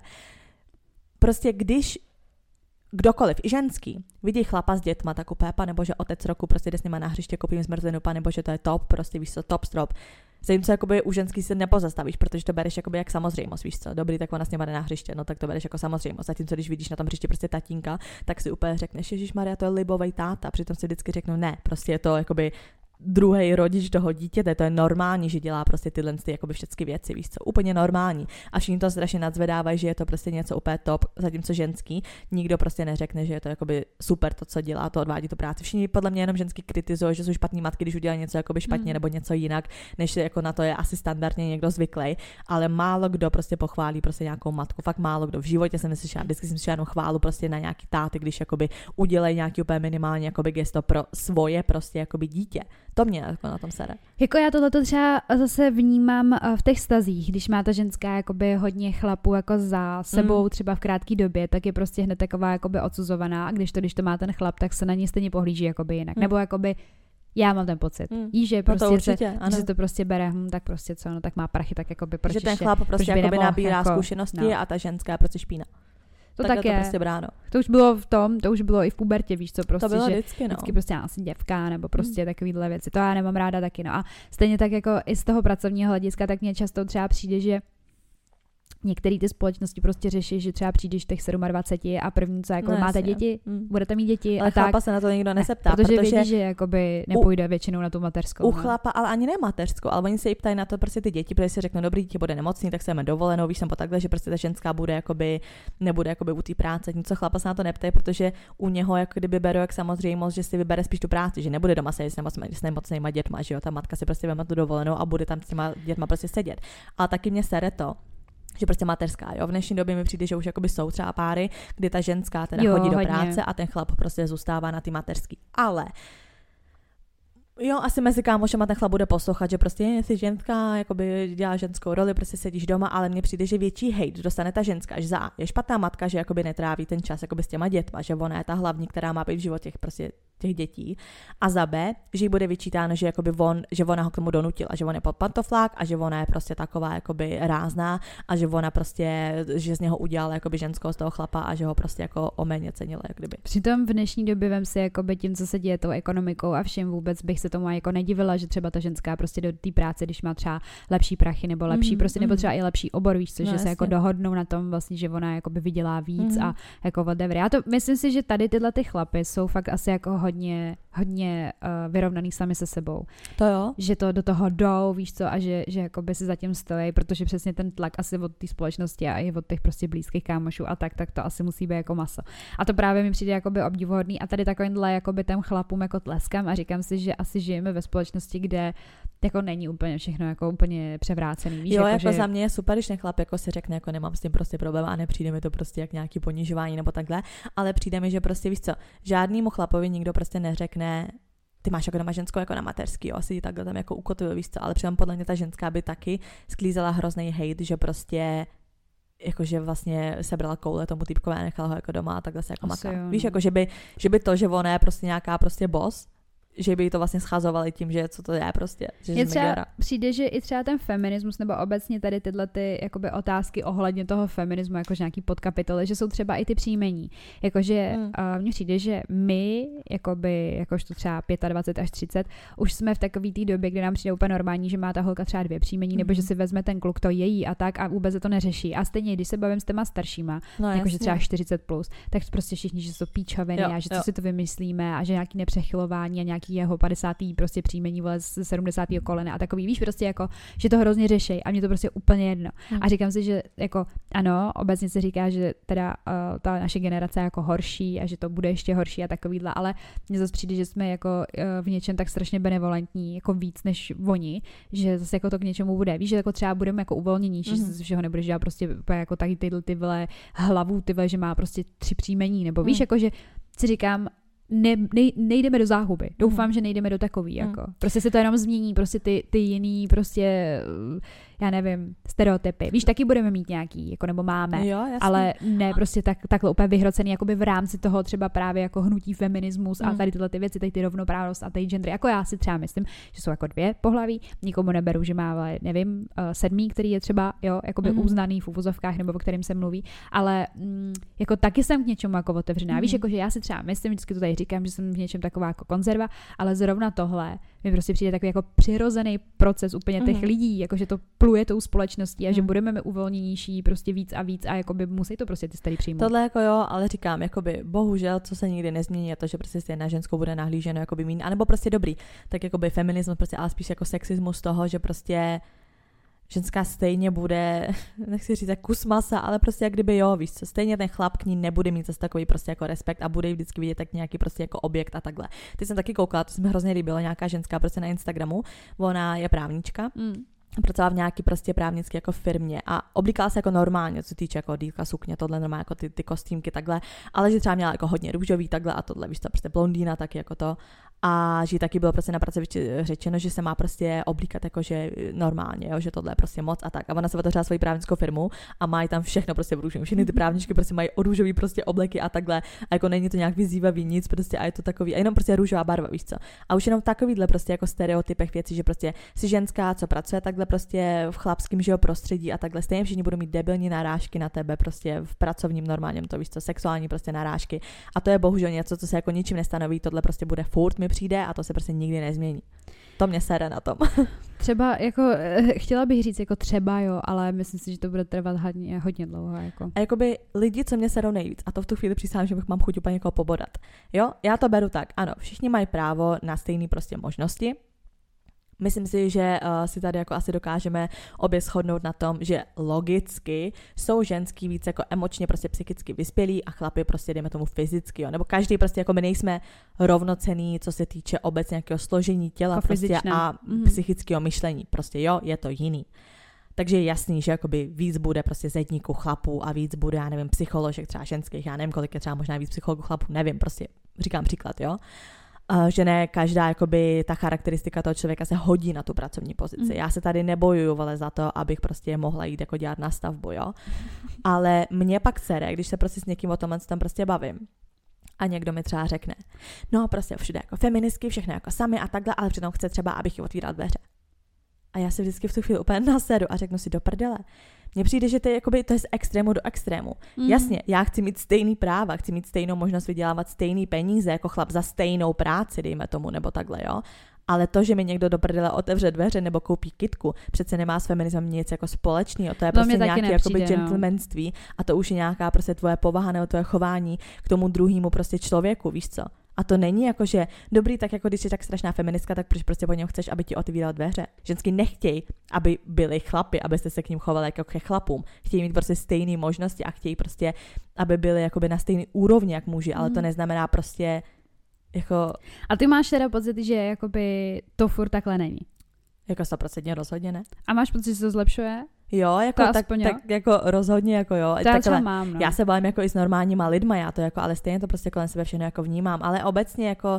Prostě když kdokoliv, i ženský, vidí chlapa s dětma, tak upépa, nebo že otec roku prostě jde s nima na hřiště, koupím zmrzlinu, nebo že to je top, prostě víš co, top strop. Zatímco jakoby u ženský se nepozastavíš, protože to bereš jakoby jak samozřejmost, víš co, dobrý, tak ona s nima jde na hřiště, no tak to bereš jako samozřejmost. Zatímco když vidíš na tom hřiště prostě tatínka, tak si úplně řekneš, Ježišmarja, to je libovej táta, přitom si vždycky řeknu ne, prostě je to jakoby druhý rodič toho dítěte, to je normální, že dělá prostě tyhle ty jakoby všechny věci, víš co, úplně normální. A všichni to strašně nadzvedávají, že je to prostě něco úplně top, zatímco ženský, nikdo prostě neřekne, že je to jakoby super to, co dělá, to odvádí tu práci. Všichni podle mě jenom ženský kritizují, že jsou špatný matky, když udělají něco jakoby špatně mm. nebo něco jinak, než jako na to je asi standardně někdo zvyklý, ale málo kdo prostě pochválí prostě nějakou matku, fakt málo kdo. V životě jsem neslyšela, vždycky jsem slyšela jenom chválu prostě na nějaký táty, když jakoby udělají nějaký úplně minimální jakoby gesto pro svoje prostě jakoby dítě. To mě jako na tom sere. Jako já tohleto třeba zase vnímám v těch stazích, když má ta ženská jakoby hodně chlapů jako za sebou mm. třeba v krátké době, tak je prostě hned taková jakoby odsuzovaná a když to, když to má ten chlap, tak se na ní stejně pohlíží jakoby jinak. Mm. Nebo jakoby já mám ten pocit. Mm. Jí, že prostě no to určitě, se, že to prostě bere, hm, tak prostě co, no tak má prachy, tak jakoby proč že ten chlap prostě jakoby nabírá jako, zkušenosti no. a ta ženská prostě špína. To tak tak je je. to prostě bráno. To už bylo v tom, to už bylo i v pubertě, víš co, prostě, to bylo že vždycky, no. vždycky prostě asi děvka, nebo prostě hmm. takovýhle věci. To já nemám ráda taky, no. A stejně tak jako i z toho pracovního hlediska, tak mně často třeba přijde, že některé ty společnosti prostě řeší, že třeba přijdeš v těch dvacet sedm a první co, jako no, máte jasně. děti, hmm. budete mít děti ale a tak. chlapa se na to nikdo neseptá. Ne, protože, protože vědí, že jakoby nepůjde u, většinou na tu mateřskou. U no. chlapa, ale ani ne mateřskou, ale oni se jí ptají na to prostě ty děti, protože si řeknou, dobrý, dítě bude nemocný, tak se jdeme dovolenou, víš, jsem po takhle, že prostě ta ženská bude jakoby, nebude jakoby u té práce, něco chlapa se na to neptají, protože u něho jako kdyby beru jak samozřejmost, že si vybere spíš tu práci, že nebude doma sedět s nemocnýma dětma, že jo, ta matka si prostě vezme tu dovolenou a bude tam s těma dětma prostě sedět. Ale taky mě sere to, že prostě mateřská, jo. V dnešní době mi přijde, že už jakoby jsou třeba páry, kdy ta ženská teda jo, chodí do hodně. práce a ten chlap prostě zůstává na ty mateřský. Ale jo, asi mezi kámošema ten chlap bude poslouchat, že prostě jsi ženská, jakoby dělá ženskou roli, prostě sedíš doma, ale mně přijde, že větší hejt dostane ta ženská, že za je špatná matka, že jakoby netráví ten čas jakoby s těma dětma, že ona je ta hlavní, která má být v životě prostě těch dětí. A za B, že jí bude vyčítáno, že jakoby on, že ona ho k tomu donutila, že on je pod pantoflák a že ona je prostě taková jakoby rázná a že ona prostě, že z něho udělala jakoby ženskou z toho chlapa a že ho prostě jako o méně cenila, jak kdyby. Přitom v dnešní době vem si jakoby tím, co se děje tou ekonomikou a všem vůbec bych se tomu jako nedivila, že třeba ta ženská prostě do té práce, když má třeba lepší prachy nebo lepší mm, prostě, mm. nebo třeba i lepší obor, víš co, no, že jasně. se jako dohodnou na tom vlastně, že ona jakoby vydělá víc mm. a jako whatever. Já to myslím si, že tady tyhle ty chlapy jsou fakt asi jako hodně, hodně uh, vyrovnaný sami se sebou. To jo. Že to do toho jdou, víš co, a že, že jakoby si zatím stojí, protože přesně ten tlak asi od té společnosti a i od těch prostě blízkých kámošů a tak, tak to asi musí být jako maso. A to právě mi přijde jakoby obdivuhodný a tady takovýmhle jakoby těm chlapům jako tleskám a říkám si, že asi žijeme ve společnosti, kde jako není úplně všechno jako úplně převrácený. Víš, jo, jako, jako že... za mě je super, když ten chlap jako si řekne, jako nemám s tím prostě problém a nepřijde mi to prostě jak nějaký ponižování nebo takhle, ale přijde mi, že prostě víš co, žádnému chlapovi nikdo prostě neřekne, ty máš jako doma ženskou jako na mateřský, jo, asi takhle tam jako ukotvil, víš co, ale přitom podle mě ta ženská by taky sklízela hrozný hejt, že prostě jakože vlastně sebrala koule tomu týpkovi a nechala ho jako doma a takhle se jako maká. Víš, jako že by, že by to, že ona je prostě nějaká prostě boss, že by to vlastně schazovali tím, že co to je prostě. Že je třeba, přijde, že i třeba ten feminismus nebo obecně tady tyhle ty jakoby otázky ohledně toho feminismu, jakože nějaký podkapitoly, že jsou třeba i ty příjmení. Jakože hmm. uh, mně přijde, že my, jakoby, jakožto třeba dvacet pět až třicet, už jsme v takové té době, kdy nám přijde úplně normální, že má ta holka třeba dvě příjmení, hmm. nebo že si vezme ten kluk to její a tak a vůbec se to neřeší. A stejně, když se bavím s těma staršíma, no, jakože třeba čtyřicet plus, tak prostě všichni, že jsou píčoviny jo, a že co jo. si to vymyslíme a že nějaký nepřechylování a nějaký jeho padesátý prostě příjmení vole z sedmdesátého kolena a takový, víš, prostě jako, že to hrozně řešej a mě to prostě úplně jedno. Hmm. A říkám si, že jako ano, obecně se říká, že teda uh, ta naše generace je jako horší a že to bude ještě horší a takovýhle, ale mně zase přijde, že jsme jako uh, v něčem tak strašně benevolentní, jako víc než oni, že zase jako to k něčemu bude. Víš, že jako třeba budeme jako uvolněnější, hmm. že se všeho nebudeš dělat prostě jako tady tyhle ty vole hlavu, ty vole, že má prostě tři příjmení, nebo víš, hmm. jako, že si říkám, Ne, nej, nejdeme do záhuby. Doufám, mm. že nejdeme do takový. Jako. Mm. Prostě se to jenom změní, prostě ty, ty jiný, prostě, já nevím, stereotypy. Víš, taky budeme mít nějaký, jako nebo máme, jo, ale ne prostě tak, takhle úplně vyhrocený, jakoby v rámci toho třeba právě jako hnutí feminismus mm. a tady tyhle ty věci, tady ty rovnoprávnost a tady gender. Jako já si třeba myslím, že jsou jako dvě pohlaví, nikomu neberu, že má, nevím, sedmý, který je třeba, jo, jakoby mm. uznaný v uvozovkách nebo o kterým se mluví, ale mm, jako taky jsem k něčemu jako otevřená. Mm. Víš, jako že já si třeba myslím, vždycky to tady říkám, že jsem v něčem taková jako konzerva, ale zrovna tohle mi prostě přijde takový jako přirozený proces úplně těch mm. lidí, jako že to pluje tou společností a mm. že budeme my uvolněnější prostě víc a víc a jakoby musí to prostě ty starý přijmout. Tohle jako jo, ale říkám, jakoby bohužel, co se nikdy nezmění, je to, že prostě na ženskou bude nahlíženo jakoby míň, anebo prostě dobrý, tak jakoby feminismus prostě, ale spíš jako sexismus toho, že prostě ženská stejně bude, nechci říct, jak kus masa, ale prostě jak kdyby jo, víš co, stejně ten chlap k ní nebude mít zase takový prostě jako respekt a bude jí vždycky vidět tak nějaký prostě jako objekt a takhle. Teď jsem taky koukala, to se mi hrozně líbilo, nějaká ženská prostě na Instagramu, ona je právnička, mm. pracovala v nějaký prostě právnické jako firmě a oblíkala se jako normálně, co se týče jako dýlka sukně, tohle normálně jako ty, ty kostýmky takhle, ale že třeba měla jako hodně růžový takhle a tohle, víš co, prostě blondýna taky jako to. a že taky bylo prostě na pracovišti řečeno, že se má prostě oblíkat jakože normálně, jo, že tohle je prostě moc a tak. A ona se otevřela svoji právnickou firmu a mají tam všechno prostě v růžovém. Všechny ty právničky prostě mají růžový prostě obleky a takhle. A jako není to nějak vyzývavý nic, prostě a je to takový, a jenom prostě růžová barva, víš co. A už jenom takovýhle prostě jako stereotypech věcí, že prostě si ženská, co pracuje takhle prostě v chlapském živého prostředí a takhle stejně všichni budou mít debilní narážky na tebe prostě v pracovním normálním, to víš co, sexuální prostě narážky. A to je bohužel něco, co se jako ničím nestanoví, tohle prostě bude furt mi přijde a to se prostě nikdy nezmění. To mě sere na tom. Třeba jako, chtěla bych říct jako třeba jo, ale myslím si, že to bude trvat hodně, hodně dlouho. Jako. A jakoby lidi, co mě serou nejvíc, a to v tu chvíli přísahám, že bych mám chuť úplně někoho pobodat. Jo, já to beru tak, ano, všichni mají právo na stejné prostě možnosti. Myslím si, že uh, si tady jako asi dokážeme obě shodnout na tom, že logicky jsou ženský víc jako emočně prostě psychicky vyspělí a chlapi prostě dejme tomu fyzicky, jo. Nebo každý prostě jako my nejsme rovnocenný, co se týče obecně nějakého složení těla jako prostě fyzičné. a mm. psychického myšlení. Prostě jo, je to jiný. Takže je jasný, že jakoby víc bude prostě zedníků chlapů a víc bude, já nevím, psycholožek třeba ženských, já nevím, kolik je třeba možná víc psychologů chlapů, nevím, prostě říkám příklad, jo. Uh, že ne každá jakoby ta charakteristika toho člověka se hodí na tu pracovní pozici. Mm. Já se tady nebojuju ale za to, abych prostě mohla jít jako dělat na stavbu, jo. Ale mě pak sere, když se prostě s někým o tomhle tam prostě bavím. A někdo mi třeba řekne, no prostě všude jako feministky, všechno jako sami a takhle, ale přitom chce třeba, abych ji otvíral dveře. A já se vždycky v tu chvíli úplně nasedu a řeknu si do prdele. Mně přijde, že to je, jakoby, to je z extrému do extrému. Mm. Jasně, já chci mít stejný práva, chci mít stejnou možnost vydělávat stejný peníze jako chlap za stejnou práci, dejme tomu, nebo takhle, jo. Ale to, že mi někdo do prdele otevře dveře nebo koupí kytku, přece nemá s feminismem nic jako společného. To je no, prostě nějaké nepřijde, jakoby gentlemanství a to už je nějaká prostě tvoje povaha nebo tvoje chování k tomu druhému prostě člověku, víš co. A to není jako, že dobrý, tak jako když jsi tak strašná feministka, tak proč prostě po něm chceš, aby ti otvíral dveře. Ženský nechtějí, aby byli chlapi, abyste se k ním chovali jako ke chlapům. Chtějí mít prostě stejné možnosti a chtějí prostě, aby byli jakoby na stejný úrovni, jak muži, ale to neznamená prostě jako... A ty máš teda pocit, že jakoby to furt takhle není? Jako sto procent rozhodně ne. A máš pocit, že se to zlepšuje? Jo, jako to tak, tak jako rozhodně jako jo. To takhle, mám, no. Já se bavím jako i s normálníma lidma, já to jako, ale stejně to prostě kolem sebe všechno jako vnímám, ale obecně jako,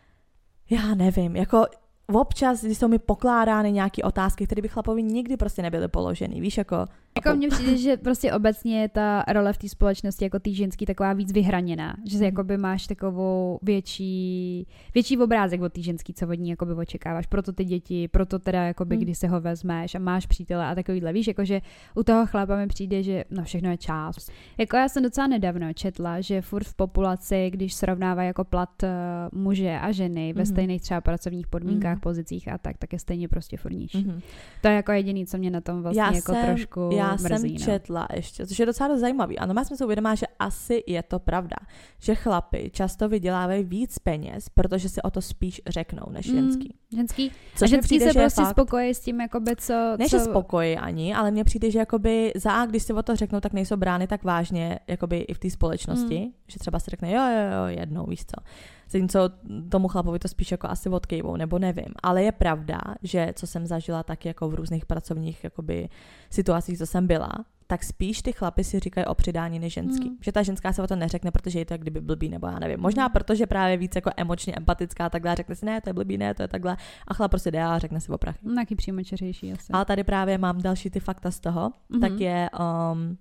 já nevím, jako občas, když jsou mi pokládány nějaké otázky, které by chlapovi nikdy prostě nebyly položeny, víš, jako... Jako mně přijde, že prostě obecně je ta role v té společnosti jako tý ženský taková víc vyhraněná, že se jakoby máš takovou větší, větší obrázek od té ženský, co od ní jakoby očekáváš, proto ty děti, proto teda jakoby, hmm. když se ho vezmeš a máš přítele a takovýhle, víš, jakože u toho chlapa mi přijde, že no všechno je čas. Jako já jsem docela nedávno četla, že furt v populaci, když srovnává jako plat uh, muže a ženy ve hmm. stejných třeba pracovních podmínkách, hmm. pozicích a tak, tak je stejně prostě furt níž. Hmm. To je jako jediný, co mě na tom vlastně já jako jsem, trošku Já mrzí, jsem četla no. ještě, což je docela dost zajímavý. Ano, já jsem si uvědomila, že asi je to pravda, že chlapi často vydělávají víc peněz, protože si o to spíš řeknou než ženský. Mm, ženský. Což a ženský přijde, se prostě fakt, spokojí s tím, jakoby co... Ne, co... že spokojí ani, ale mně přijde, že jakoby za A, když si o to řeknou, tak nejsou brány tak vážně, jakoby i v té společnosti, mm. že třeba si řekne, jo, jo, jo, jednou, víš co. Zatímco tomu chlapovi to spíš jako asi odkejvou, nebo nevím. Ale je pravda, že co jsem zažila tak jako v různých pracovních jakoby situacích, co jsem byla, tak spíš ty chlapi si říkají o přidání než ženský. Mm. Že ta ženská se o to neřekne, protože je to jak kdyby blbý, nebo já nevím. Možná protože právě víc jako emočně empatická, takhle řekne si, ne, to je blbý, ne, to je takhle. A chlap prostě jde a řekne si o prachy. Taky přímočařejší asi. Ale tady právě mám další ty fakta z toho, mm-hmm. tak je... Um,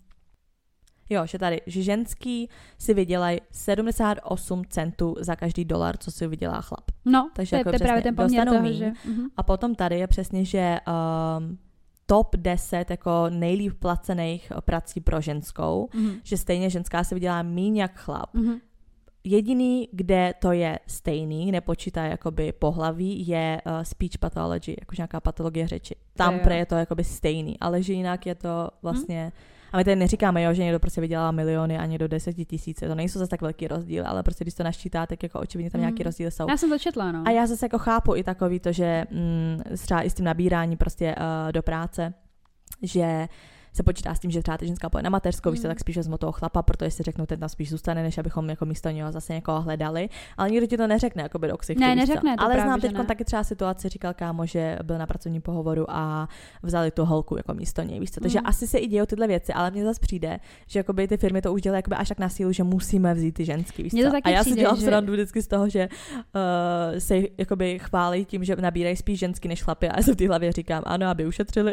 Jo, že tady, že ženský si vydělají sedmdesát osm centů za každý dolar, co si vydělá chlap. No, takže to, jako to je právě ten poměr toho, že... Uh-huh. A potom tady je přesně, že um, top deset jako nejlíp placených prací pro ženskou, uh-huh. že stejně ženská si vydělá míň jak chlap. Uh-huh. Jediný, kde to je stejný, nepočítá jakoby pohlaví, je uh, speech pathology, jakož nějaká patologie řeči. Tam pre je to jakoby stejný, ale že jinak je to vlastně... Hmm. A my tady neříkáme, jo, že někdo prostě vydělá miliony a někdo deseti tisíce, to nejsou zase tak velký rozdíl, ale prostě když to naščítá, tak jako očividně tam hmm. nějaký rozdíly jsou. Já jsem to četla, no. A já zase jako chápu i takový to, že mm, třeba i s tím nabírání prostě uh, do práce, že se počítá s tím, že třeba ta ženská pojede na mateřskou, mm. víš to, tak spíš vezmu toho chlapa, protože si řeknu, ten tam spíš zůstane, než abychom jako místo něho zase někoho hledali. Ale nikdo ti to neřekne, jako by do ksichtu, ne, neřekne to. Ale právě, znám teď taky třeba situaci, říkal kámo, že byl na pracovním pohovoru a vzali tu holku jako místo něj, víš co. Takže mm. asi se i dějou tyhle věci, ale mně zase přijde, že jakoby ty firmy to už dělají jakoby až tak na sílu, že musíme vzít ty ženský, víš co. A já si dělám že... srandu vždycky z toho, že uh, se jakoby chválí tím, že nabírají spíš ženský než chlapy a já se v té hlavě říkám, ano, aby ušetřili.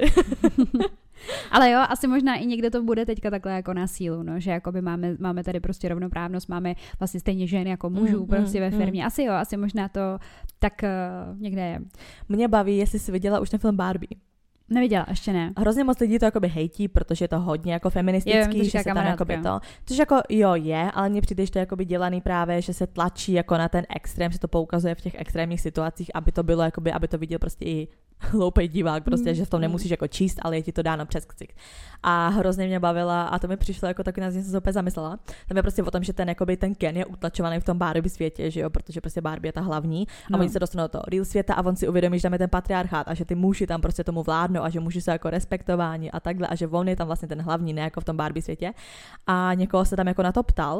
Ale jo, asi možná i někde to bude teďka takhle jako na sílu, no, že jakoby máme, máme tady prostě rovnoprávnost, máme vlastně stejně žen jako mužů mm, prostě mm, ve firmě. Asi jo, asi možná to tak uh, někde je. Mě baví, jestli jsi viděla už ten film Barbie. Neviděla, ještě ne. Hrozně moc lidí to jakoby hejtí, protože je to hodně jako feministický, jo, že se tam jakoby to, což jako jo je, ale mně přijde, že to je jakoby dělaný právě, že se tlačí jako na ten extrém, že to poukazuje v těch extrémních situacích, aby to bylo jakoby, aby to viděl prostě i hloupej divák, prostě, mm. že v tom nemusíš jako číst, ale je ti to dáno přes ksik. A hrozně mě bavila a to mi přišlo jako taky, na jsem se opět zamyslela. Tam je prostě o tom, že ten jakoby ten Ken je utlačovaný v tom Barbie světě, že jo, protože prostě Barbie je ta hlavní a no. Oni se dostanou do toho real světa a on si uvědomí, že tam je ten patriarchát a že ty muži tam prostě tomu vládnou a že muži jsou jako respektováni a takhle a že on je tam vlastně ten hlavní, ne jako v tom Barbie světě. A někoho se tam jako na to ptal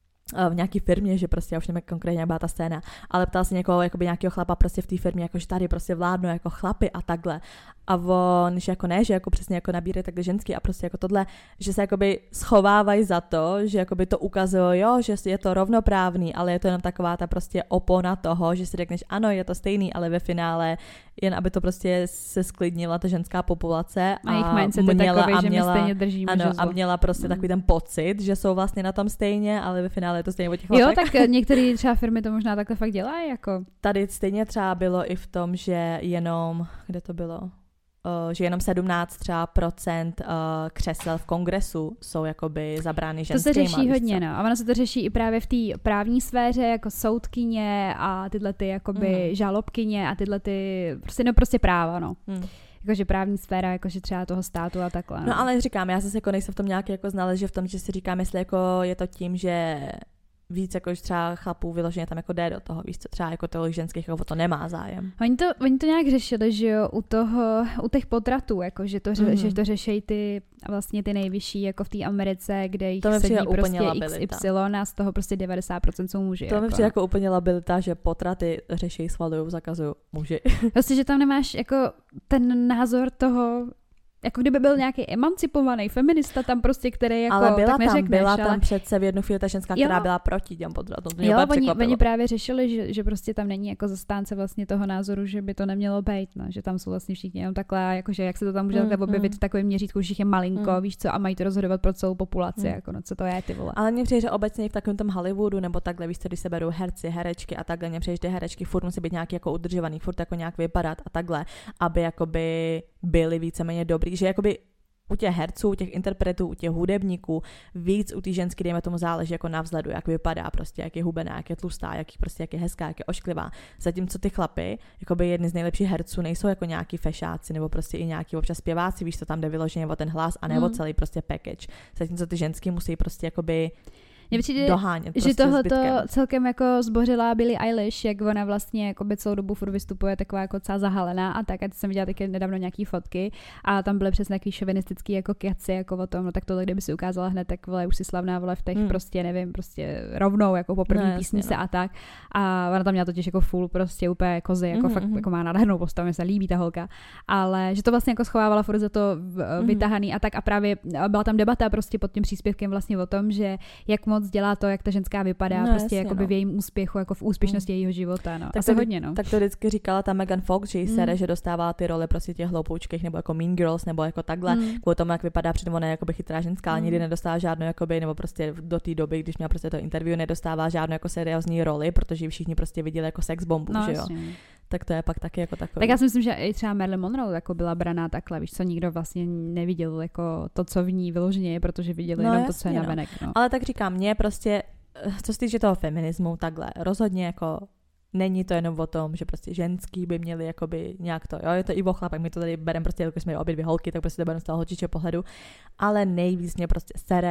v nějaký firmě, že prostě, já už nevím konkrétně, jak byla ta scéna, ale ptal se někoho, jakoby nějakého chlapa prostě v té firmě, jako že tady prostě vládnou jako chlapy a takhle. A on, že jako ne, že jako přesně jako nabírají takhle ženský a prostě jako tohle, že se jakoby schovávají za to, že jakoby to ukazují, jo, že je to rovnoprávný, ale je to jenom taková ta prostě opona toho, že si řekneš, ano, je to stejný, ale ve finále jen aby to prostě se sklidnila ta ženská populace a, a jejich mindset je měla, takový, a že měla, my stejně držíme ano, žezlo. A měla prostě mm. takový ten pocit, že jsou vlastně na tom stejně, ale ve finále je to stejně o těch chlapech. Jo, tak některé třeba firmy to možná takhle fakt dělají, jako. Tady stejně třeba bylo i v tom, že jenom, kde to bylo? Uh, že jenom sedmnáct třeba procent uh, křesel v kongresu jsou jakoby zabrány ženskýma. To se řeší hodně, no. A ono se to řeší i právě v té právní sféře, jako soudkyně a tyhle ty jakoby mm. žalobkyně a tyhle ty, prostě, no prostě práva, no. Mm. Jakože právní sféra, jakože třeba toho státu a takhle. No, no ale říkám, já zase jako nejsem v tom nějaký jako znalez, že v tom, že si říkám, jestli jako je to tím, že víc jako už třeba chlapů vyloženě tam jako jde do toho, víš co, třeba jako tolik ženských jako to nemá zájem. Oni to, oni to nějak řešili, že jo, u toho, u těch potratů, jako, že to, mm-hmm. že to řešejí ty vlastně ty nejvyšší, jako v té Americe, kde jich sedí prostě X Y a z toho prostě devadesát procent jsou muži. To jako. mi přijde jako úplně labilita, že potraty řeší, schvalují, zakazují muži. Prostě, že tam nemáš jako ten názor toho, jako kdyby byl nějaký emancipovaný feminista tam prostě, který jako ale byla tak neřekneš, tam, byla ale... tam přece v jednu chvíli ta ženská, jo. která byla proti těm potratům. Jo, oni, oni právě řešili, že, že prostě tam není jako zastánce vlastně toho názoru, že by to nemělo být, no, že tam jsou vlastně všichni jenom takhle, jakože jak se to tam může mm, objevit mm. v takovém měřítku, že je malinko, mm. víš co, a mají to rozhodovat pro celou populaci, mm. jako no co to je, ty vole. Ale mně přijde, že obecně v takovém tom Hollywoodu nebo takhle, víš co, když se berou herci, herečky a takhle, mně přijde, že ty herečky furt musí být nějaký jako udržovaný, furt jako nějak vypadat a takhle, aby jakoby byli víceméně dobrý, že jakoby u těch herců, u těch interpretů, u těch hudebníků, víc u té ženské, dejme tomu záleží jako na vzhledu, jak vypadá, prostě, jak je hubená, jak je tlustá, jak, prostě, jak je hezká, jak je ošklivá. Zatímco ty chlapy, jakoby jedni z nejlepších herců, nejsou jako nějaký fešáci nebo prostě i nějaký občas zpěváci, víš, to tam jde vyloženě o ten hlas a nebo mm. celý prostě package. Zatímco ty ženský musí prostě jakoby Mně přijde, dohánět prostě že tohleto celkem jako zbořila Billie Eilish, jak ona vlastně jako by celou dobu furt vystupuje taková jako celá zahalená a tak, a jsem viděla taky nedávno nějaký fotky a tam byly přesně takový šovinistický jako keci jako o tom, no tak tohle kdyby si ukázala hned, tak vole, už si slavná, vole, v těch hmm. prostě nevím, prostě rovnou jako po první no, písnice no. a tak a ona tam měla totiž jako full prostě úplně kozy, jako mm-hmm. fakt jako má nádhernou postavu, mě se líbí ta holka, ale že to vlastně jako schovávala furt za to vytahaný mm-hmm. a tak a právě byla tam debata prostě pod tím příspěvkem vlastně o tom, že jak moc dělá to, jak ta ženská vypadá, no, prostě jako by no. v jejím úspěchu, jako v úspěšnosti mm. jejího života, no. Tak Asi to, hodně, no. Tak to vždycky říkala ta Megan Fox, že jí sere, mm. že dostává ty role prostě těch hloupoučkých, nebo jako Mean Girls, nebo jako takhle, mm. kvůli tomu, jak vypadá, přitom ona je jakoby chytrá ženská, ale mm. nikdy nedostává žádnou, jakoby, nebo prostě do té doby, když měla prostě to interview, nedostává žádnou jako seriózní roli, protože ji všichni prostě viděli jako sex bombu, no, že jo. Jasně. Tak to je pak taky jako takový. Tak já si myslím, že i třeba Marilyn Monroe jako byla braná takhle, víš co, nikdo vlastně neviděl jako to, co v ní vyloženě je, protože viděli no, jenom jasně, to, co je navenek. No. Ale tak říkám, mě prostě co se týče toho feminismu, takhle rozhodně jako není to jenom o tom, že prostě ženský by měli jakoby nějak to, jo, je to i o chlapech, my to tady bereme prostě, jako jsme obě dvě holky, tak prostě to bereme z toho holčičího pohledu, ale nejvíc mě prostě sere,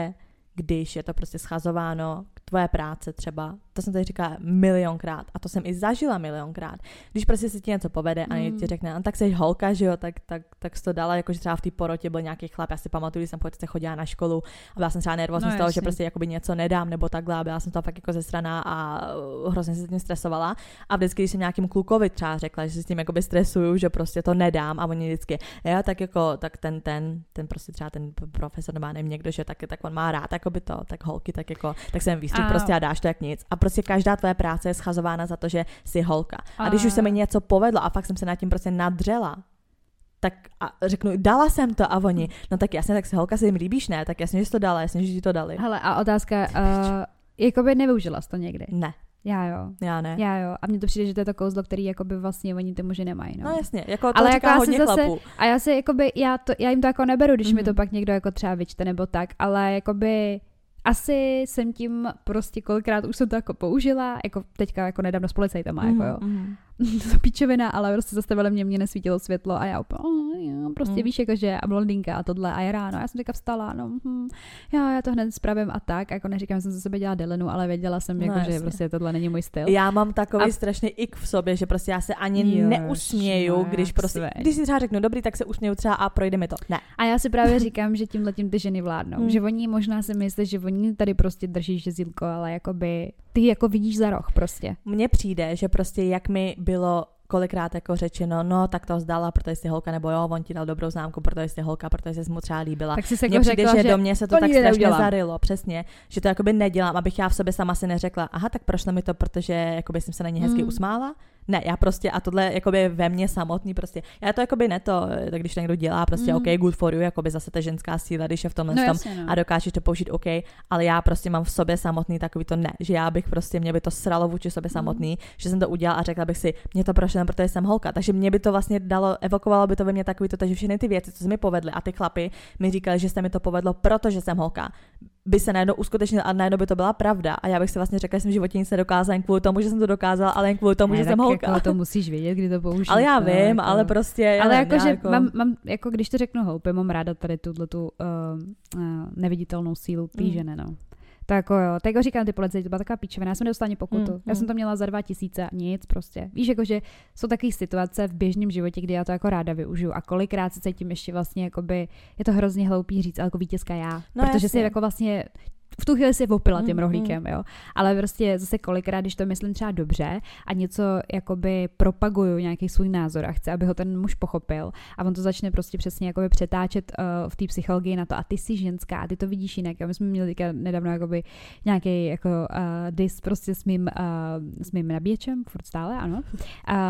když je to prostě schazováno, tvoje práce třeba, to jsem tady říkala milionkrát a to jsem i zažila milionkrát. Když prostě se ti něco povede a mm. ti řekne, no, tak jsi holka, že jo, tak, tak, tak jsi to dala, jakože třeba v té porotě byl nějaký chlap, já si pamatuju, když jsem chodila na školu a byla jsem třeba nervózní no, z toho, že prostě jakoby něco nedám nebo takhle a byla jsem to fakt jako zestraná a hrozně se tím stresovala a vždycky, když jsem nějakým klukovi třeba řekla, že se s tím jakoby stresuju, že prostě to nedám a oni vždycky, jo, tak jako, tak ten, ten, ten prostě třeba ten profesor nebo nevím někdo, že tak, tak on má rád jakoby to, tak holky, tak jako, tak jsem výstup a... prostě a dáš to jak nic a prostě každá tvoje práce je schazována za to, že jsi holka. A, a když už se mi něco povedlo a fakt jsem se nad tím prostě nadřela, tak a řeknu, dala jsem to a oni, no tak jasně, tak se holka se jim líbíš, ne? Tak jasně, že jsi to dala, jasně, že ti to dali. Hele, a otázka, uh, jakoby nevyužila jsi to někdy? Ne. Já jo. Já ne. Já jo. A mně to přijde, že to je to kouzlo, který jakoby vlastně oni ty muži nemají. No, no jasně, jako to ale říká jako hodně zase, chlapů. A já se jakoby, já, to, já jim to jako neberu, když mm-hmm. mi to Mhm. pak někdo jako třeba vyčte nebo tak, ale jakoby asi jsem tím prostě kolikrát už jsem to jako použila, jako teďka jako nedávno s policajtama, Mm-hmm. jako jo. Mm-hmm. To píčovina, ale prostě zastavili mě, mě nesvítilo světlo a já úplně, oh, jo, prostě Mm. víš, jakože a blondýnka a tohle a je ráno, já jsem teďka vstala, no, hm, já, já to hned spravím a tak, jako neříkám, že jsem ze sebe dělala delenu, ale věděla jsem, No, jako, že jasně. prostě tohle není můj styl. Já mám takový A- strašný ik v sobě, že prostě já se ani Jo, neusměju, no, když jak prostě, sveď. když si třeba řeknu dobrý, tak se usměju třeba a projde mi to. Ne. A já si právě říkám, že tímhletím ty ženy vládnou. Hmm. Že oni možná si myslí, že oni tady prostě drží žezílko, ale jakoby ty jako vidíš za roh prostě. Mně přijde, že prostě jak mi bylo kolikrát jako řečeno, no tak to vzdala, protože jsi holka, nebo jo, on ti dal dobrou známku, protože jsi holka, protože jsi mu třeba líbila. Tak si se Mně jako přijde, řekla, že, že do mě se to to tak nikdy strašně neudělám. zarilo, přesně, že to jakoby nedělám, abych já v sobě sama si neřekla, aha, tak prošlo mi to, protože jakoby jsem se na ní hezky Mm. usmála. Ne, já prostě, a tohle jakoby ve mně samotný prostě, já to jakoby ne to, tak když to někdo dělá, prostě Mm. OK, good for you, jakoby zase ta ženská síla, když je v tomhle No tom jasně, no. a dokážeš to použít OK, ale já prostě mám v sobě samotný takový to ne, že já bych prostě, mě by to sralo vůči sobě samotný, Mm. že jsem to udělala a řekla bych si, mě to prošlo, protože jsem holka, takže mě by to vlastně dalo, evokovalo by to ve mně takový to, takže všechny ty věci, co se mi povedly a ty chlapy mi říkali, že se mi to povedlo, protože jsem holka, by se najednou uskutečnil a najednou by to byla pravda a já bych si vlastně řekla, že jsem v životě nic nedokázala jen kvůli tomu, že jsem to dokázala, ale jen kvůli tomu, Ne, že tak jsem holka. Jako to musíš vědět, kdy to použít. Ale já no, vím, jako... ale prostě... Já ale nevím, jakože já jako... mám, mám, jako když to řeknu hloupě, mám ráda tady tuhletu uh, uh, neviditelnou sílu té Mm. ženy, no. Tak jako jo, tak jako říkám, ty policajti, to byla taková píčovina, já jsem nedostala ani pokutu. Mm, Já jsem mm. to měla za dva tisíce a nic prostě. Víš, jakože jsou takové situace v běžném životě, kdy já to jako ráda využiju a kolikrát se cítím ještě vlastně jakoby, je to hrozně hloupý říct, ale jako vítězka já, No, protože jasně. si jako vlastně v tu chvíli si opila tím Mm, rohlíkem, jo. Ale prostě zase kolikrát, když to myslím třeba dobře a něco jakoby propaguju, nějaký svůj názor a chci, aby ho ten muž pochopil a on to začne prostě přesně jakoby přetáčet uh, v té psychologii na to a ty jsi ženská a ty to vidíš jinak. Jo. My jsme měli teďka nedávno jakoby nějaký jako uh, dis prostě s mým, uh, s mým nabíječem, furt stále, ano. Uh,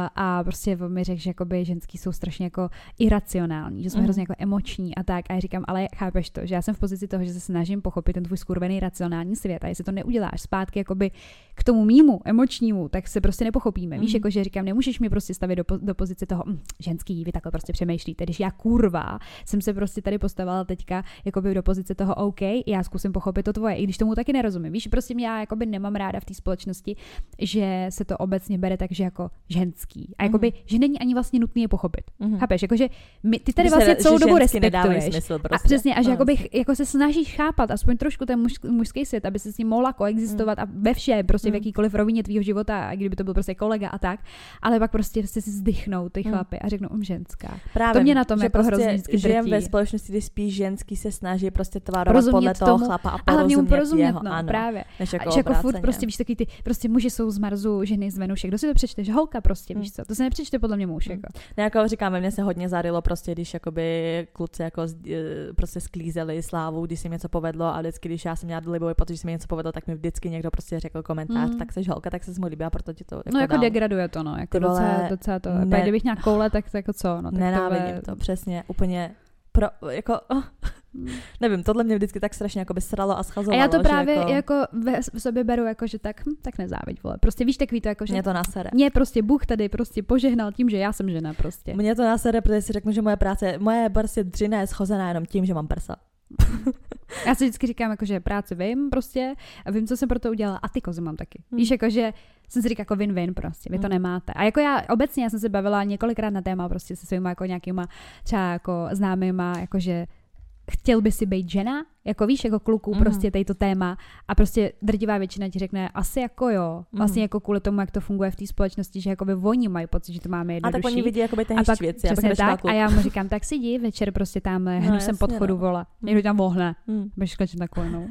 a prostě on mi řekl, že jakoby ženský jsou strašně jako iracionální, že jsme Mm. hrozně jako emoční a tak. A já říkám, ale chápeš to, že já jsem v pozici toho, že se snažím pochopit ten tvůj skurvený racionální svět a jestli to neuděláš zpátky jakoby k tomu mýmu emočnímu, tak se prostě nepochopíme. Mm. Víš, jako že říkám, nemůžeš mi prostě stavit do, po, do pozice toho, hm, ženský, vy takhle prostě přemýšlíte, když já kurva jsem se prostě tady postavila teďka jakoby do pozice toho OK, já zkusím pochopit to tvoje, i když tomu taky nerozumím. Víš, prostě mě já jakoby nemám ráda v té společnosti, že se to obecně bere tak, že jako ženský. A jakoby, mm. že není ani vlastně nutný je pochopit. Mhm. Chápeš, jakože my, ty tady Že vlastně se- celou že dobu ženský nedávají respektuješ. smysl A prostě. přesně, a že No, jakoby, jasně. jako se snažíš chápat aspoň trošku ten muž, mužský svět, aby se s ním mohla koexistovat a ve všem, prostě v Mm. jakýkoliv rovině tvýho života, a kdyby to byl prostě kolega a tak, ale pak prostě si zdychnou ty Mm. chlapy a řeknou, um, ženská. Právě, To mě na tom že jako prostě hrozně vždycky žijem drtí. ve společnosti, kdy spíš ženský se snaží prostě tvarovat Porozumět podle toho tomu, chlapa a A hlavně mu porozumět porozumět, jeho, no, ano, právě. než jako A že jako furt obráceně. prostě víš takový ty, prostě muži jsou z Marsu, ženy z Venuše. Kdo si to přečte? Že holka prostě, Hmm. víš co? To se nepřečte podle mě muž, Hmm. jako. Ne, jako říkám, ve mně se hodně zarilo prostě, když jakoby kluci jako z- eh, prostě sklízeli slávu, když se mi něco povedlo a vždycky, když já jsem měla libový pocit, že se mi něco povedlo, tak mi vždycky někdo prostě řekl komentář, Hmm. tak seš holka, tak se mu líbí a proto ti to jako No jako dám. degraduje to, no, jako Ty vole, docela, docela to. ne- Ne, kdybych měla koule, tak, tak jako co, no. Tak Nenávidím tohle- to, přesně, úplně pro, jako, oh, nevím, tohle mě vždycky tak strašně jako by sralo a A schazovalo. já to právě že jako, jako, jako ve, v sobě beru, jako, že tak, hm, tak nezáviď, vole. Prostě víš takový to, jako, že mě to nasere. mě prostě Bůh tady prostě požehnal tím, že já jsem žena prostě. Mě to nasere, protože si řeknu, že moje práce, moje prostě dřina je schozená jenom tím, že mám prsa. Já si vždycky říkám, jako, že práci vím prostě a vím, co jsem pro to udělala a ty kozy mám taky. Hmm. Víš, jako, že jsem si říkala jako win-win prostě, vy to Hmm. nemáte. A jako já obecně, já jsem se bavila několikrát na téma prostě se svýma jako nějakýma třeba jako známýma, jakože chtěl by si být žena? Jako víš, jako kluků mm. prostě tady to téma a prostě drtivá většina ti řekne asi jako jo. Vlastně mm. jako kvůli tomu, jak to funguje v té společnosti, že jakoby oni mají pocit, že to máme jednodušší. A tak oni vidí jakoby ty hezčí věci. Přesně tak a já mu říkám, tak si jdi večer prostě tam, hnu no, jsem pod chodu no. vola. Někdo tam vohne. Mm. Budeš klečet na kolenou.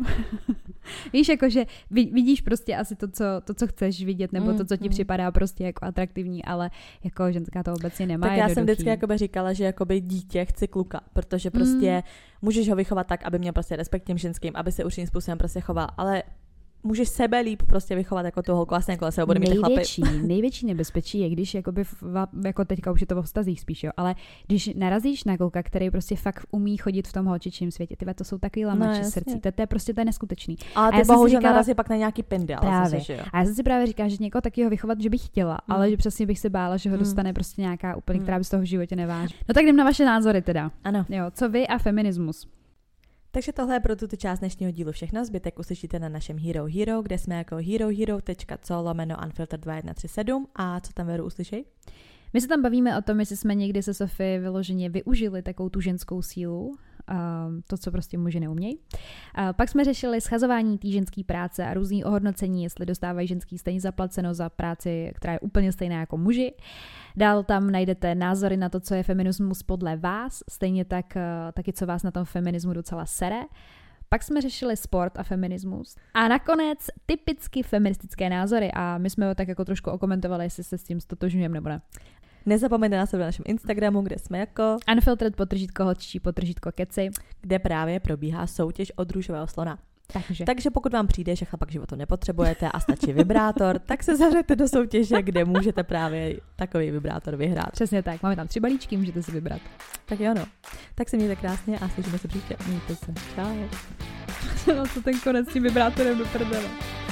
Víš, jakože vidíš prostě asi to, co, to, co chceš vidět, nebo mm. to, co ti mm. připadá prostě jako atraktivní, ale jako ženská to obecně nemá. Tak já jsem vždycky jakoby říkala, že jakoby dítě chci kluka, protože prostě mm. můžeš ho vychovat tak, aby měl prostě respekt těm ženským, aby se určitým způsobem prostě choval, ale můžeš sebe líp prostě vychovat jako tu holku, vlastně jako se bude mít největší, chlapy. Největší nebezpečí je, když jakoby, jako teďka už je to o vztazích spíš, jo, ale když narazíš na kluka, který prostě fakt umí chodit v tom holčičím světě, tyhle to jsou takový lamači no, srdcí, to, to je prostě to je neskutečný. Ale ty bohužel narazí pak na nějaký pindel. Právě. Zase, a já jsem si právě říkala, že někoho takového vychovat, že bych chtěla, mm. ale že přesně bych se bála, že ho dostane mm. prostě nějaká úplně, mm. která by z toho v životě neváží. No tak jdem na vaše názory teda. Ano. Jo, co vy a feminismus? Takže tohle je pro tuto část dnešního dílu všechno. Zbytek uslyšíte na našem Hero Hero, kde jsme jako herohero tečka co lomeno unfiltered dva jedna tři sedm. A co tam Veru uslyšej? My se tam bavíme o tom, jestli jsme někdy se Sofie vyloženě využili takovou tu ženskou sílu, Uh, to, co prostě muži neumějí. Uh, pak jsme řešili schazování té ženské práce a různý ohodnocení, jestli dostávají ženský stejně zaplaceno za práci, která je úplně stejná jako muži. Dál tam najdete názory na to, co je feminismus podle vás, stejně tak uh, taky, co vás na tom feminismu docela sere. Pak jsme řešili sport a feminismus. A nakonec typicky feministické názory a my jsme ho tak jako trošku okomentovali, jestli se s tím stotožňujeme nebo ne. Nezapomeňte nás na našem Instagramu, kde jsme jako unfiltered potržítko hotčí potržítko keci, kde právě probíhá soutěž od růžového slona. Takže. Takže pokud vám přijde, že chlapa k životu nepotřebujete a stačí vibrátor, tak se zařaďte do soutěže, kde můžete právě takový vibrátor vyhrát. Přesně tak, máme tam tři balíčky, můžete si vybrat. Tak jo no. Tak se mějte krásně a slyšíme se příště. Mějte se. Čau. No co ten konec s tím vibrátorem do prdele.